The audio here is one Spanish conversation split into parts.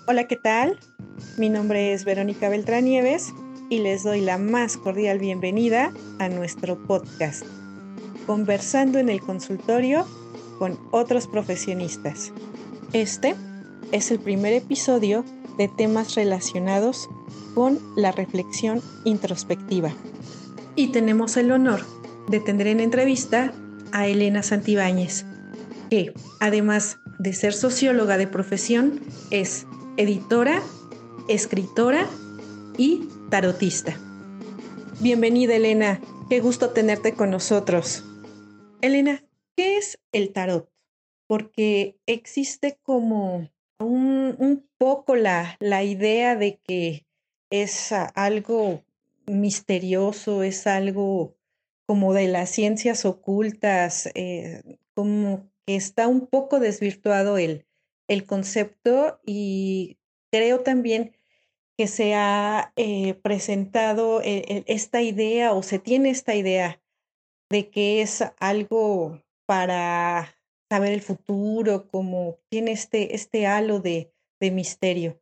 Hola, ¿qué tal? Mi nombre es Verónica Beltrán Nieves y les doy la más cordial bienvenida a nuestro podcast, Conversando en el Consultorio con otros profesionistas. Este es el primer episodio de temas relacionados con la reflexión introspectiva. Y tenemos el honor de tener en entrevista a Elena Santibáñez, que además de ser socióloga de profesión, es editora, escritora y tarotista. Bienvenida, Elena. Qué gusto tenerte con nosotros. Elena, ¿qué es el tarot? Porque existe como un poco la idea de que es algo misterioso, es algo como de las ciencias ocultas, como que está un poco desvirtuado el concepto, y creo también que se ha presentado esta idea, o se tiene esta idea de que es algo para saber el futuro, como tiene este halo de misterio.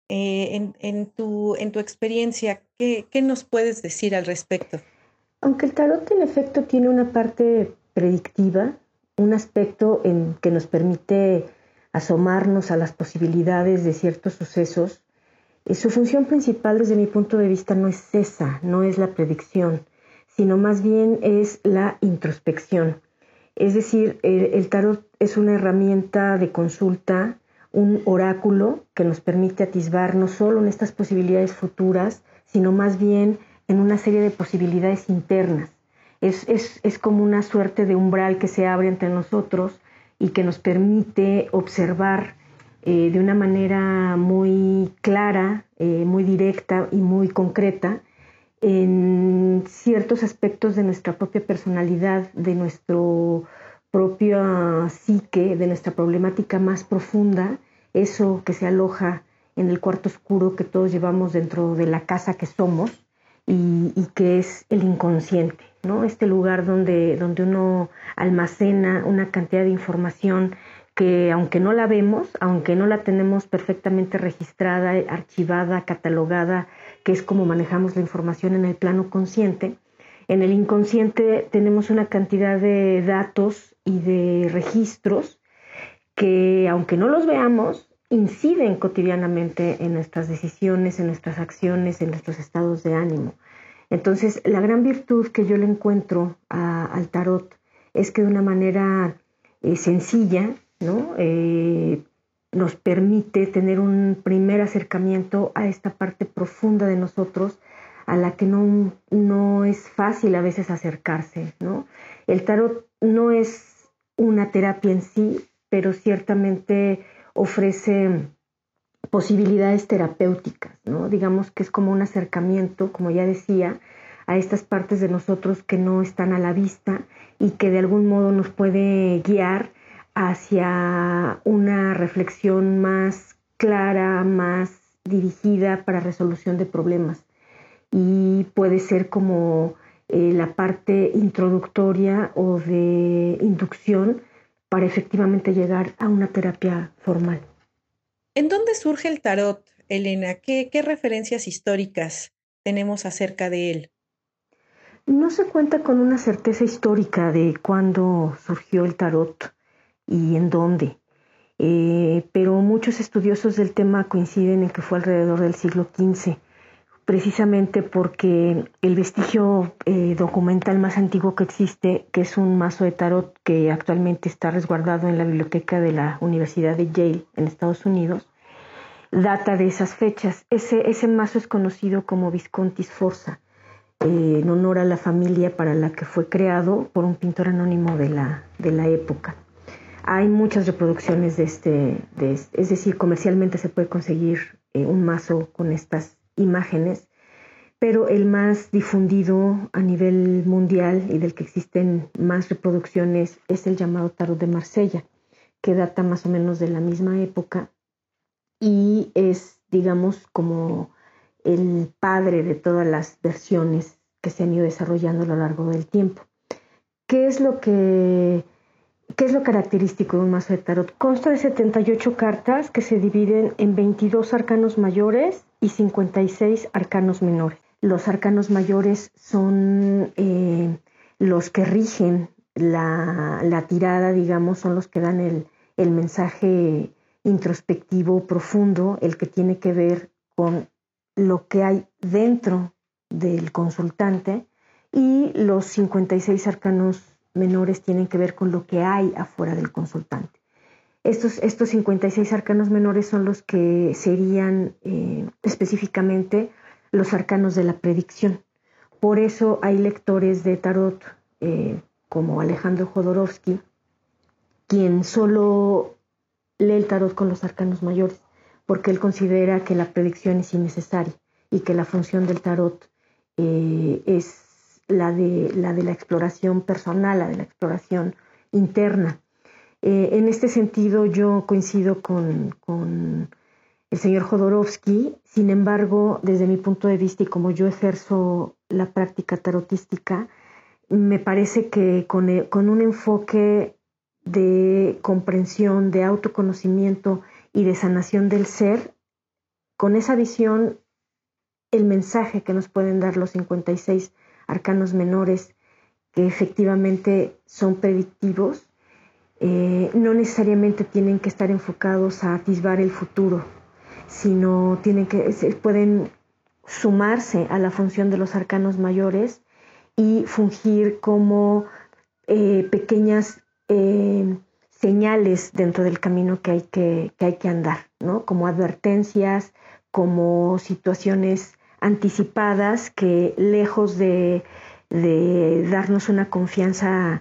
En tu experiencia, ¿qué nos puedes decir al respecto? Aunque el tarot en efecto tiene una parte predictiva, un aspecto en que nos permite asomarnos a las posibilidades de ciertos sucesos, su función principal desde mi punto de vista no es esa, no es la predicción, sino más bien es la introspección. Es decir, el tarot es una herramienta de consulta, un oráculo que nos permite atisbar no solo en estas posibilidades futuras, sino más bien en una serie de posibilidades internas. Es como una suerte de umbral que se abre entre nosotros y que nos permite observar de una manera muy clara, muy directa y muy concreta en ciertos aspectos de nuestra propia personalidad, de nuestro propia psique, de nuestra problemática más profunda, eso que se aloja en el cuarto oscuro que todos llevamos dentro de la casa que somos y que es el inconsciente, ¿no? Este lugar donde uno almacena una cantidad de información que, aunque no la vemos, aunque no la tenemos perfectamente registrada, archivada, catalogada, que es como manejamos la información en el plano consciente, en el inconsciente tenemos una cantidad de datos y de registros que, aunque no los veamos, inciden cotidianamente en nuestras decisiones, en nuestras acciones, en nuestros estados de ánimo. Entonces, la gran virtud que yo le encuentro al tarot es que de una manera sencilla, ¿no? Nos permite tener un primer acercamiento a esta parte profunda de nosotros a la que no es fácil a veces acercarse, ¿no? El tarot no es una terapia en sí, pero ciertamente ofrece posibilidades terapéuticas, ¿no? Digamos que es como un acercamiento, como ya decía, a estas partes de nosotros que no están a la vista y que de algún modo nos puede guiar hacia una reflexión más clara, más dirigida para resolución de problemas. Y puede ser como la parte introductoria o de inducción para efectivamente llegar a una terapia formal. ¿En dónde surge el tarot, Elena? ¿Qué referencias históricas tenemos acerca de él? No se cuenta con una certeza histórica de cuándo surgió el tarot y en dónde, pero muchos estudiosos del tema coinciden en que fue alrededor del siglo XV, precisamente porque el vestigio documental más antiguo que existe, que es un mazo de tarot que actualmente está resguardado en la biblioteca de la Universidad de Yale en Estados Unidos, data de esas fechas. Ese mazo es conocido como Visconti Sforza, en honor a la familia para la que fue creado por un pintor anónimo de la época. Hay muchas reproducciones es decir, comercialmente se puede conseguir un mazo con estas imágenes, pero el más difundido a nivel mundial y del que existen más reproducciones es el llamado tarot de Marsella, que data más o menos de la misma época y es, digamos, como el padre de todas las versiones que se han ido desarrollando a lo largo del tiempo. ¿Qué es lo que ¿Qué es lo característico de un mazo de tarot? Consta de 78 cartas que se dividen en 22 arcanos mayores y 56 arcanos menores. Los arcanos mayores son los que rigen la tirada, digamos, son los que dan el mensaje introspectivo profundo, el que tiene que ver con lo que hay dentro del consultante, y los 56 arcanos menores tienen que ver con lo que hay afuera del consultante. Estos 56 arcanos menores son los que serían específicamente los arcanos de la predicción. Por eso hay lectores de tarot como Alejandro Jodorowsky, quien solo lee el tarot con los arcanos mayores, porque él considera que la predicción es innecesaria y que la función del tarot es la de la exploración personal, la de la exploración interna. En este sentido yo coincido con el señor Jodorowsky. Sin embargo, desde mi punto de vista y como yo ejerzo la práctica tarotística, me parece que con un enfoque de comprensión, de autoconocimiento y de sanación del ser, con esa visión, el mensaje que nos pueden dar los 56 arcanos menores, que efectivamente son predictivos, no necesariamente tienen que estar enfocados a atisbar el futuro, sino pueden sumarse a la función de los arcanos mayores y fungir como pequeñas señales dentro del camino que hay que andar, ¿no? Como advertencias, como situaciones anticipadas que, lejos de darnos una confianza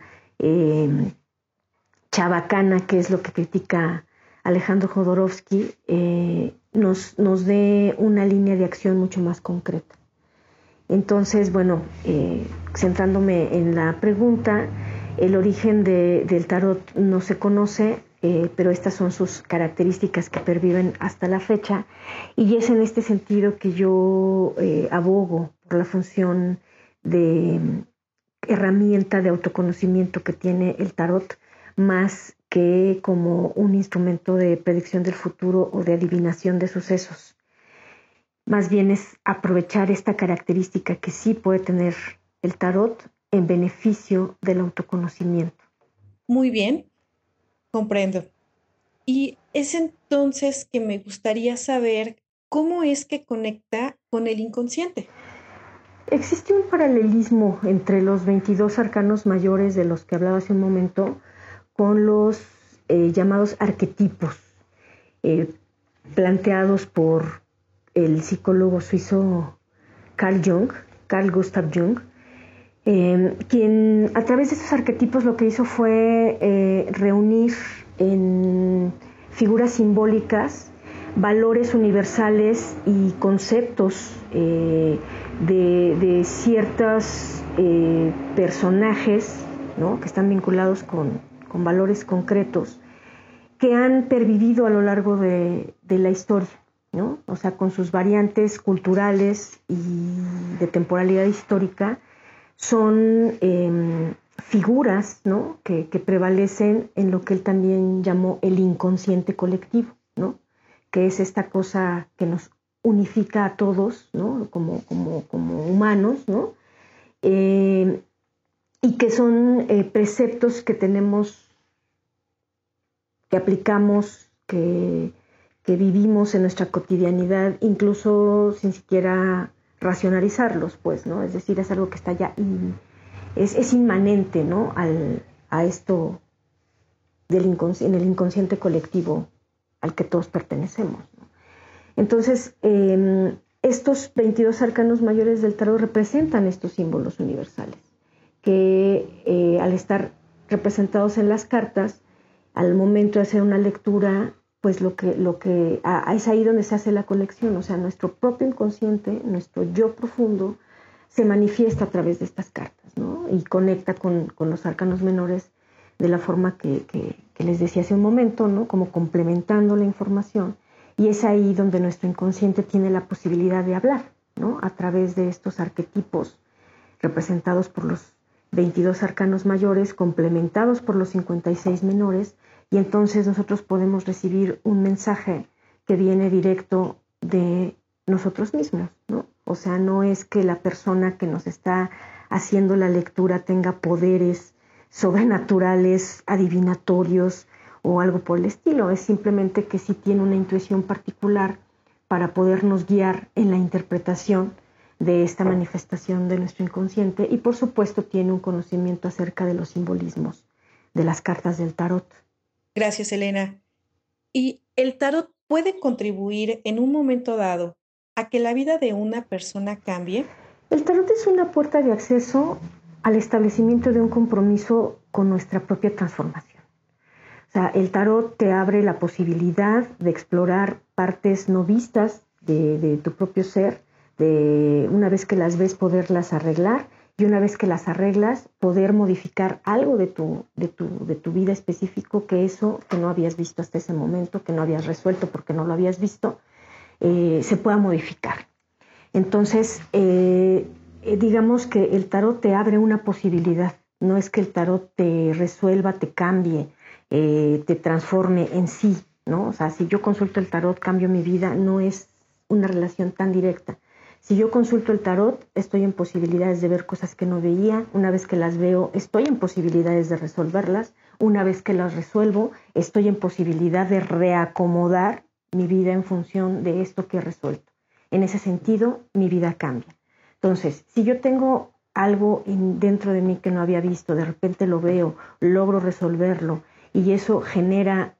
chabacana, que es lo que critica Alejandro Jodorowsky, nos dé una línea de acción mucho más concreta. Entonces, bueno, centrándome en la pregunta, el origen del tarot no se conoce, pero estas son sus características que perviven hasta la fecha, y es en este sentido que yo abogo por la función de herramienta de autoconocimiento que tiene el tarot, más que como un instrumento de predicción del futuro o de adivinación de sucesos. Más bien es aprovechar esta característica que sí puede tener el tarot en beneficio del autoconocimiento. Muy bien, comprendo. Y es entonces que me gustaría saber cómo es que conecta con el inconsciente. Existe un paralelismo entre los 22 arcanos mayores de los que hablaba hace un momento con los llamados arquetipos planteados por el psicólogo suizo Carl Gustav Jung, quien a través de estos arquetipos lo que hizo fue reunir en figuras simbólicas valores universales y conceptos de ciertos personajes, ¿no?, que están vinculados con valores concretos que han pervivido a lo largo de la historia, ¿no? O sea, con sus variantes culturales y de temporalidad histórica, son figuras, ¿no?, que prevalecen en lo que él también llamó el inconsciente colectivo, ¿no?, que es esta cosa que nos unifica a todos, ¿no?, como humanos, ¿no?, y que son preceptos que tenemos, que aplicamos, que vivimos en nuestra cotidianidad, incluso sin siquiera racionalizarlos, pues, ¿no? Es decir, es algo que está ya, es inmanente, ¿no?, a esto en el inconsciente colectivo al que todos pertenecemos, ¿no? Entonces, estos 22 arcanos mayores del tarot representan estos símbolos universales, que al estar representados en las cartas, al momento de hacer una lectura, pues es ahí donde se hace la conexión. O sea, nuestro propio inconsciente, nuestro yo profundo, se manifiesta a través de estas cartas, ¿no?, y conecta con los arcanos menores de la forma que les decía hace un momento, ¿no?, como complementando la información, y es ahí donde nuestro inconsciente tiene la posibilidad de hablar, ¿no?, a través de estos arquetipos representados por los 22 arcanos mayores complementados por los 56 menores, y entonces nosotros podemos recibir un mensaje que viene directo de nosotros mismos, ¿no? O sea, no es que la persona que nos está haciendo la lectura tenga poderes sobrenaturales, adivinatorios o algo por el estilo, es simplemente que sí tiene una intuición particular para podernos guiar en la interpretación de esta manifestación de nuestro inconsciente, y por supuesto tiene un conocimiento acerca de los simbolismos de las cartas del tarot. Gracias, Elena. ¿Y el tarot puede contribuir en un momento dado a que la vida de una persona cambie? El tarot es una puerta de acceso al establecimiento de un compromiso con nuestra propia transformación. O sea, el tarot te abre la posibilidad de explorar partes no vistas de tu propio ser, de una vez que las ves poderlas arreglar, y una vez que las arreglas poder modificar algo de tu vida específico, que eso que no habías visto hasta ese momento, que no habías resuelto porque no lo habías visto, se pueda modificar. Entonces, digamos que el tarot te abre una posibilidad. No es que el tarot te resuelva, te cambie, te transforme en sí, ¿no? O sea, si yo consulto el tarot, cambio mi vida, no es una relación tan directa. Si yo consulto el tarot, estoy en posibilidades de ver cosas que no veía. Una vez que las veo, estoy en posibilidades de resolverlas. Una vez que las resuelvo, estoy en posibilidad de reacomodar mi vida en función de esto que he resuelto. En ese sentido, mi vida cambia. Entonces, si yo tengo algo dentro de mí que no había visto, de repente lo veo, logro resolverlo, y eso genera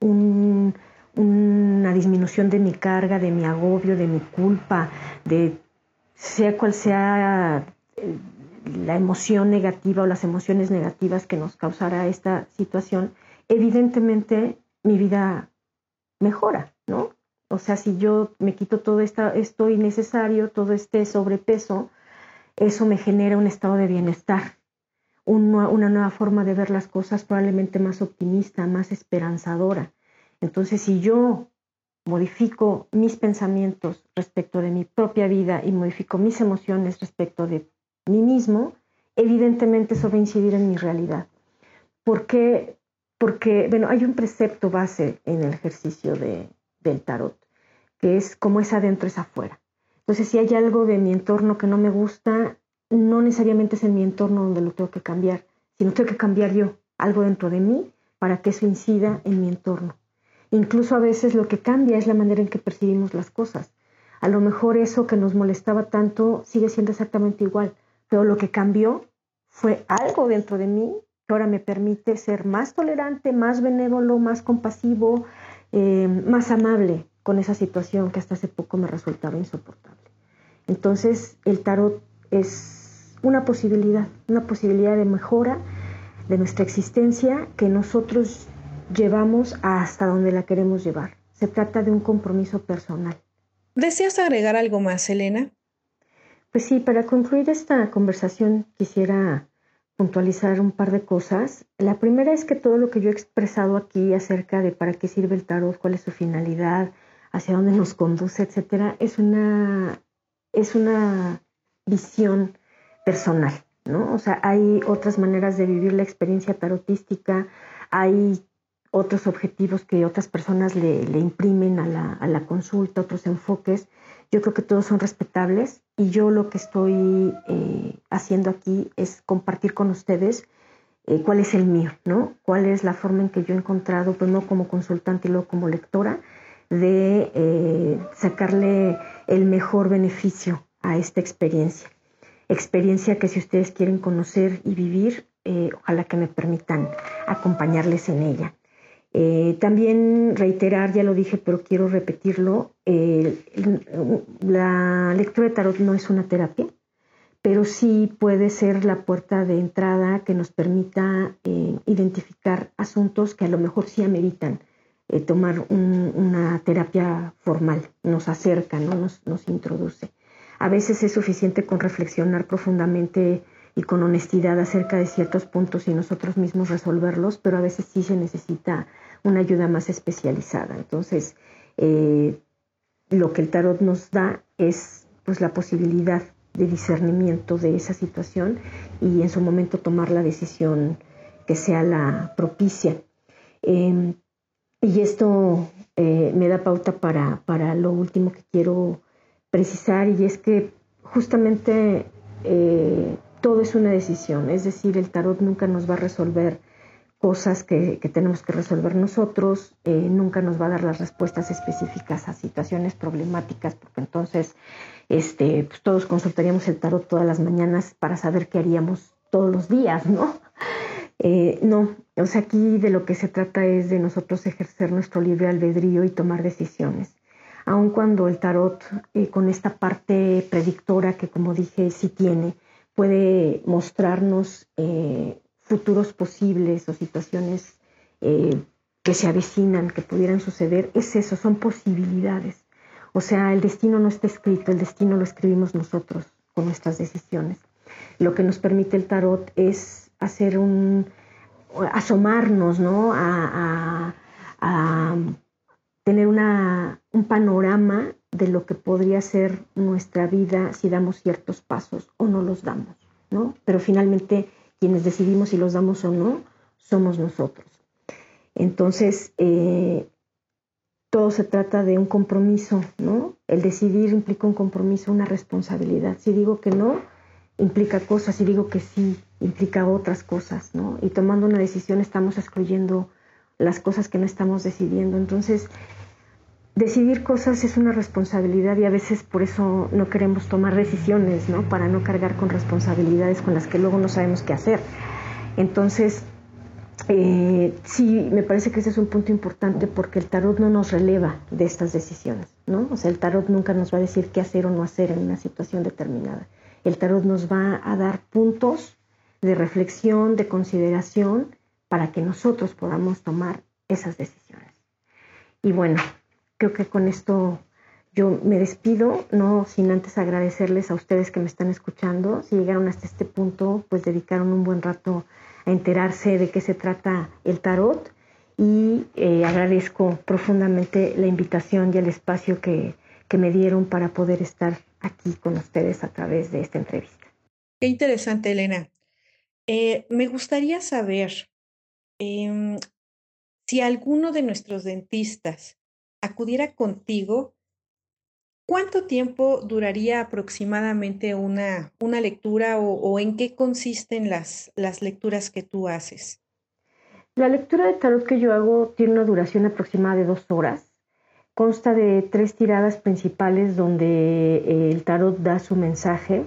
una disminución de mi carga, de mi agobio, de mi culpa, de sea cual sea la emoción negativa o las emociones negativas que nos causará esta situación, evidentemente mi vida mejora, ¿no? O sea, si yo me quito todo esto innecesario, todo este sobrepeso, eso me genera un estado de bienestar, una nueva forma de ver las cosas, probablemente más optimista, más esperanzadora. Entonces, si yo modifico mis pensamientos respecto de mi propia vida y modifico mis emociones respecto de mí mismo, evidentemente eso va a incidir en mi realidad. ¿Por qué? Porque, bueno, hay un precepto base en el ejercicio del tarot, que es como es adentro es afuera. Entonces, si hay algo de mi entorno que no me gusta, no necesariamente es en mi entorno donde lo tengo que cambiar, sino tengo que cambiar yo, algo dentro de mí, para que eso incida en mi entorno. Incluso a veces lo que cambia es la manera en que percibimos las cosas. A lo mejor eso que nos molestaba tanto sigue siendo exactamente igual, pero lo que cambió fue algo dentro de mí que ahora me permite ser más tolerante, más benévolo, más compasivo, más amable con esa situación que hasta hace poco me resultaba insoportable. Entonces, el tarot es una posibilidad de mejora de nuestra existencia que nosotros llevamos hasta donde la queremos llevar. Se trata de un compromiso personal. ¿Deseas agregar algo más, Elena? Pues sí, para concluir esta conversación quisiera puntualizar un par de cosas. La primera es que todo lo que yo he expresado aquí acerca de para qué sirve el tarot, cuál es su finalidad, hacia dónde nos conduce, etcétera, es una visión personal, ¿no? O sea, hay otras maneras de vivir la experiencia tarotística, hay otros objetivos que otras personas le imprimen a la consulta, otros enfoques. Yo creo que todos son respetables, y yo lo que estoy haciendo aquí es compartir con ustedes cuál es el mío, ¿no? Cuál es la forma en que yo he encontrado, pues no como consultante y luego como lectora, de sacarle el mejor beneficio a esta experiencia. Experiencia que si ustedes quieren conocer y vivir, ojalá que me permitan acompañarles en ella. También reiterar, ya lo dije, pero quiero repetirlo, la lectura de tarot no es una terapia, pero sí puede ser la puerta de entrada que nos permita identificar asuntos que a lo mejor sí ameritan tomar una terapia formal, nos acerca, ¿no? nos introduce. A veces es suficiente con reflexionar profundamente y con honestidad acerca de ciertos puntos y nosotros mismos resolverlos, pero a veces sí se necesita una ayuda más especializada. Entonces, lo que el tarot nos da es pues la posibilidad de discernimiento de esa situación y en su momento tomar la decisión que sea la propicia. Y esto me da pauta para lo último que quiero precisar, y es que justamente todo es una decisión. Es decir, el tarot nunca nos va a resolver cosas que tenemos que resolver nosotros, nunca nos va a dar las respuestas específicas a situaciones problemáticas, porque entonces pues todos consultaríamos el tarot todas las mañanas para saber qué haríamos todos los días, ¿no? No, o sea, aquí de lo que se trata es de nosotros ejercer nuestro libre albedrío y tomar decisiones. Aun cuando el tarot, con esta parte predictora que, como dije, sí tiene, puede mostrarnos futuros posibles o situaciones que se avecinan, que pudieran suceder, es eso, son posibilidades. O sea, el destino no está escrito, el destino lo escribimos nosotros con nuestras decisiones. Lo que nos permite el tarot es hacer asomarnos, ¿no? A tener un panorama de lo que podría ser nuestra vida si damos ciertos pasos o no los damos, ¿no? Pero finalmente quienes decidimos si los damos o no somos nosotros. Entonces, todo se trata de un compromiso, ¿no? El decidir implica un compromiso, una responsabilidad. Si digo que no, implica cosas, si digo que sí, implica otras cosas, ¿no? Y tomando una decisión estamos excluyendo las cosas que no estamos decidiendo. Entonces, decidir cosas es una responsabilidad y a veces por eso no queremos tomar decisiones, ¿no? Para no cargar con responsabilidades con las que luego no sabemos qué hacer. Entonces, sí, me parece que ese es un punto importante porque el tarot no nos releva de estas decisiones, ¿no? O sea, el tarot nunca nos va a decir qué hacer o no hacer en una situación determinada. El tarot nos va a dar puntos de reflexión, de consideración, para que nosotros podamos tomar esas decisiones. Y bueno, creo que con esto yo me despido, no sin antes agradecerles a ustedes que me están escuchando. Si llegaron hasta este punto, pues dedicaron un buen rato a enterarse de qué se trata el tarot y agradezco profundamente la invitación y el espacio que me dieron para poder estar aquí con ustedes a través de esta entrevista. Qué interesante, Elena. Me gustaría saber si alguno de nuestros dentistas acudiera contigo, ¿cuánto tiempo duraría aproximadamente una lectura o en qué consisten las lecturas que tú haces? La lectura de tarot que yo hago tiene una duración aproximada de 2 horas. Consta de 3 tiradas principales donde el tarot da su mensaje,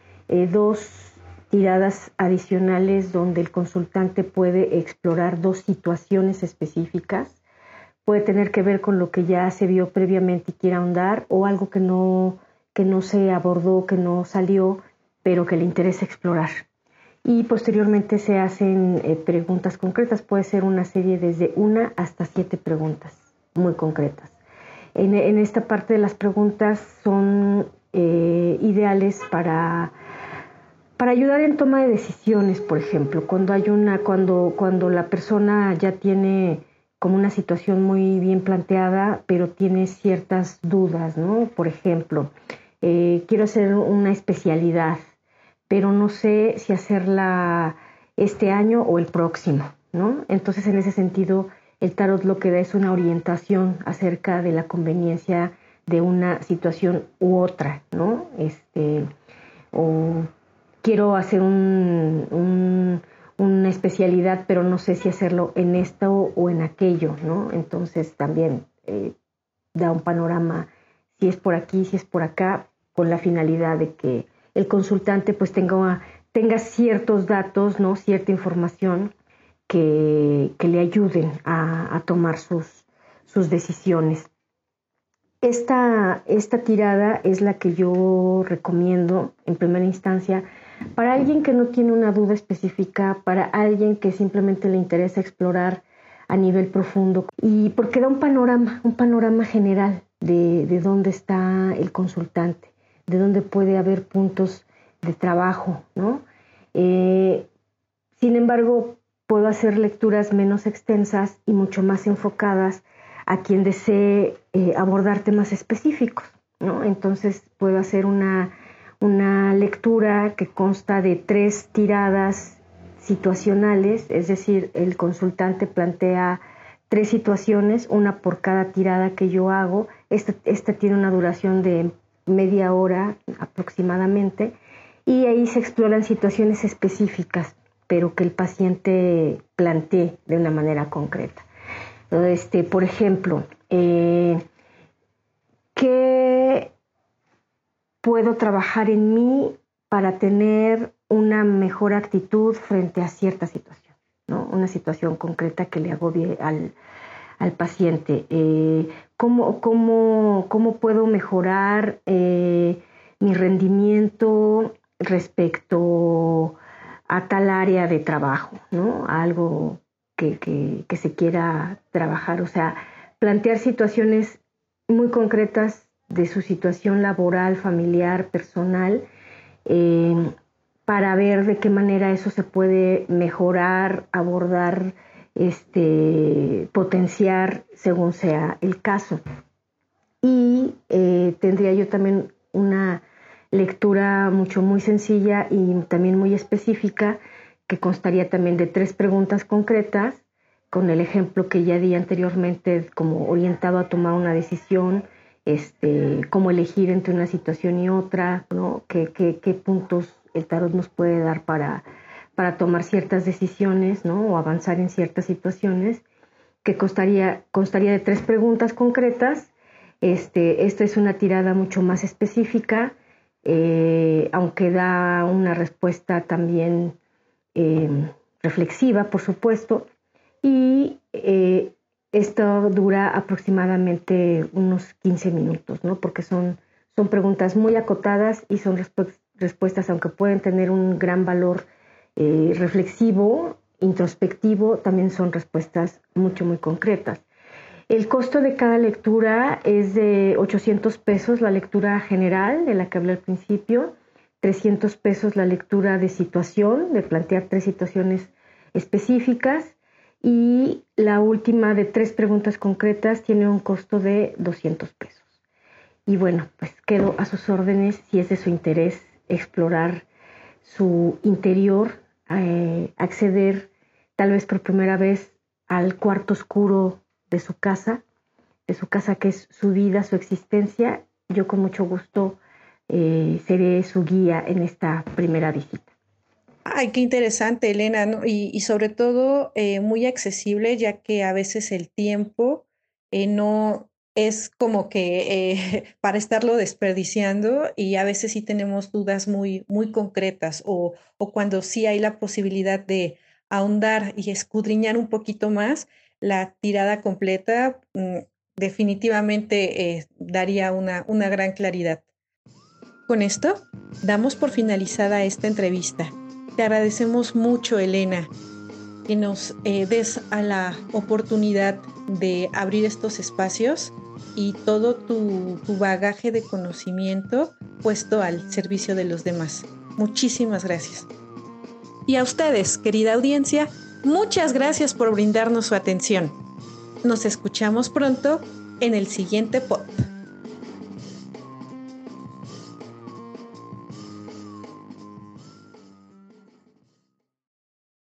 2 tiradas adicionales donde el consultante puede explorar 2 situaciones específicas. Puede tener que ver con lo que ya se vio previamente y quiera ahondar, o algo que no se abordó, que no salió, pero que le interesa explorar. Y posteriormente se hacen preguntas concretas. Puede ser una serie desde 1 hasta 7 preguntas muy concretas. En esta parte de las preguntas son ideales para ayudar en toma de decisiones, por ejemplo, cuando la persona ya tiene como una situación muy bien planteada, pero tiene ciertas dudas, ¿no? Por ejemplo, quiero hacer una especialidad, pero no sé si hacerla este año o el próximo, ¿no? Entonces, en ese sentido, el tarot lo que da es una orientación acerca de la conveniencia de una situación u otra, ¿no? O quiero hacer una especialidad, pero no sé si hacerlo en esto o en aquello, ¿no? Entonces también da un panorama, si es por aquí, si es por acá, con la finalidad de que el consultante pues tenga ciertos datos, ¿no? Cierta información que le ayuden a tomar sus decisiones. Esta tirada es la que yo recomiendo en primera instancia para alguien que no tiene una duda específica, para alguien que simplemente le interesa explorar a nivel profundo, y porque da un panorama general de dónde está el consultante, de dónde puede haber puntos de trabajo, ¿no? Sin embargo, puedo hacer lecturas menos extensas y mucho más enfocadas a quien desee abordar temas específicos, ¿no? Entonces puedo hacer una una lectura que consta de 3 tiradas situacionales, es decir, el consultante plantea 3 situaciones, una por cada tirada que yo hago. Esta tiene una duración de media hora aproximadamente, y ahí se exploran situaciones específicas, pero que el paciente plantee de una manera concreta. Por ejemplo, ¿qué puedo trabajar en mí para tener una mejor actitud frente a cierta situación, ¿no? Una situación concreta que le agobie al paciente. ¿Cómo puedo mejorar mi rendimiento respecto a tal área de trabajo, ¿no? Algo que se quiera trabajar. O sea, plantear situaciones muy concretas de su situación laboral, familiar, personal, para ver de qué manera eso se puede mejorar, abordar, potenciar según sea el caso. Y tendría yo también una lectura muy sencilla y también muy específica, que constaría también de 3 preguntas concretas, con el ejemplo que ya di anteriormente, como orientado a tomar una decisión, cómo elegir entre una situación y otra, ¿no? ¿Qué puntos el tarot nos puede dar para tomar ciertas decisiones, ¿no? O avanzar en ciertas situaciones, que constaría de 3 preguntas concretas. Esta es una tirada mucho más específica, aunque da una respuesta también reflexiva, por supuesto, y esto dura aproximadamente unos 15 minutos, ¿no? Porque son preguntas muy acotadas y son respuestas, aunque pueden tener un gran valor reflexivo, introspectivo, también son respuestas muy concretas. El costo de cada lectura es de 800 pesos, la lectura general de la que hablé al principio, 300 pesos la lectura de situación, de plantear 3 situaciones específicas, y la última de 3 preguntas concretas tiene un costo de 200 pesos. Y bueno, pues quedo a sus órdenes si es de su interés explorar su interior, acceder tal vez por primera vez al cuarto oscuro de su casa que es su vida, su existencia. Yo con mucho gusto seré su guía en esta primera visita. Ay, qué interesante, Elena, ¿no? Y sobre todo muy accesible, ya que a veces el tiempo no es como que para estarlo desperdiciando, y a veces sí tenemos dudas muy concretas, o cuando sí hay la posibilidad de ahondar y escudriñar un poquito más, la tirada completa definitivamente daría una gran claridad. Con esto, damos por finalizada esta entrevista. Te agradecemos mucho, Elena, que nos des a la oportunidad de abrir estos espacios y todo tu bagaje de conocimiento puesto al servicio de los demás. Muchísimas gracias. Y a ustedes, querida audiencia, muchas gracias por brindarnos su atención. Nos escuchamos pronto en el siguiente pod.